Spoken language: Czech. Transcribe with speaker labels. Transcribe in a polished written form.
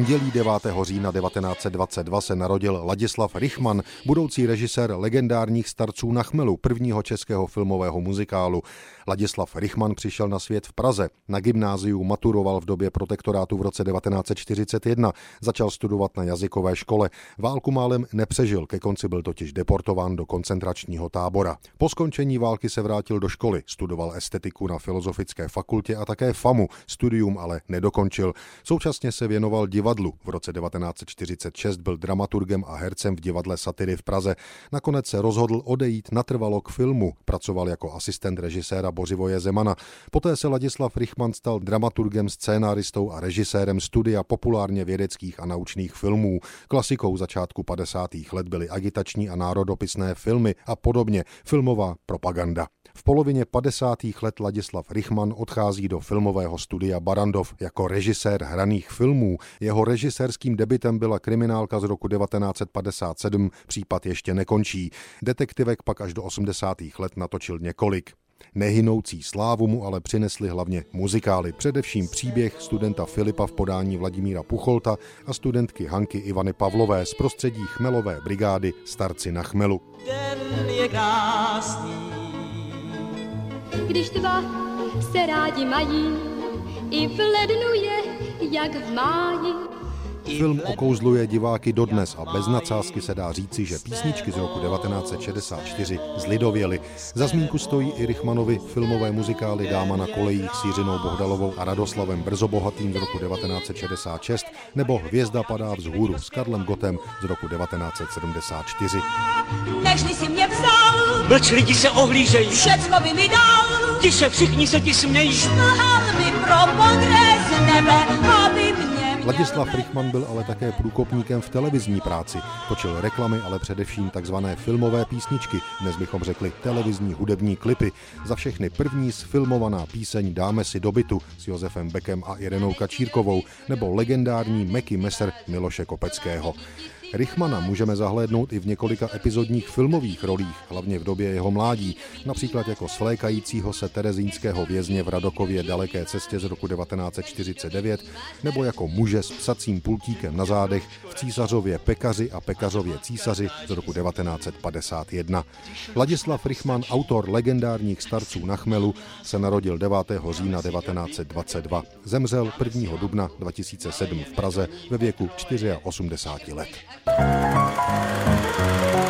Speaker 1: pondělí 9. října 1922 se narodil Ladislav Rychman, budoucí režisér legendárních Starců na chmelu, prvního českého filmového muzikálu. Ladislav Rychman přišel na svět v Praze. Na gymnáziu maturoval v době protektorátu v roce 1941. Začal studovat na jazykové škole. Válku málem nepřežil, ke konci byl totiž deportován do koncentračního tábora. Po skončení války se vrátil do školy, studoval estetiku na Filozofické fakultě a také FAMu, studium ale nedokončil. Současně se věnoval divadlu. V roce 1946 byl dramaturgem a hercem v divadle Satyry v Praze. Nakonec se rozhodl odejít natrvalo k filmu. Pracoval jako asistent režiséra Bořivoje Zemana. Poté se Ladislav Rychman stal dramaturgem, scénáristou a režisérem studia populárně vědeckých a naučných filmů. Klasikou začátku 50. let byly agitační a národopisné filmy a podobně, filmová propaganda. V polovině 50. let Ladislav Rychman odchází do filmového studia Barrandov jako režisér hraných filmů. Jeho režisérským debutem byla kriminálka z roku 1957, případ ještě nekončí. Detektivek pak až do 80. let natočil několik. Nehynoucí slávu mu ale přinesly hlavně muzikály, především Příběh studenta Filipa v podání Vladimíra Pucholta a studentky Hanky Ivany Pavlové z prostředí chmelové brigády Starci na chmelu.
Speaker 2: Den je krásný,
Speaker 3: když dva se rádi mají, i v lednu je jak v máji.
Speaker 1: Film okouzluje diváky dodnes a bez nadsázky se dá říci, že písničky z roku 1964 zlidověly. Za zmínku stojí i Rychmanovy filmové muzikály Dáma na kolejích s Jiřinou Bohdalovou a Radoslavem Brzobohatým z roku 1966 nebo Hvězda padá vzhůru s Karlem Gottem z roku 1974.
Speaker 2: nežli si mě vzal,
Speaker 4: Mlč, lidi se ohlížejí,
Speaker 2: všecko by mi dal,
Speaker 4: tiše, všichni se ti smějí.
Speaker 2: šplhal mi pro modré z nebe, aby mě
Speaker 1: Ladislav Rychman byl ale také průkopníkem v televizní práci. Točil reklamy, ale především takzvané filmové písničky, dnes bychom řekli televizní hudební klipy. Za všechny první sfilmovaná píseň Dáme si do bytu s Josefem Beckem a Irenou Kačírkovou nebo legendární Meky Messer Miloše Kopeckého. Rychmana můžeme zahlédnout i v několika epizodních filmových rolích, hlavně v době jeho mládí, například jako svlékajícího se terezínského vězně v Radokově Daleké cestě z roku 1949, nebo jako muže s psacím pultíkem na zádech v Císařově pekaři a Pekařově císaři z roku 1951. Ladislav Rychman, autor legendárních Starců na chmelu, se narodil 9. října 1922. Zemřel 1. dubna 2007 v Praze ve věku 84 let.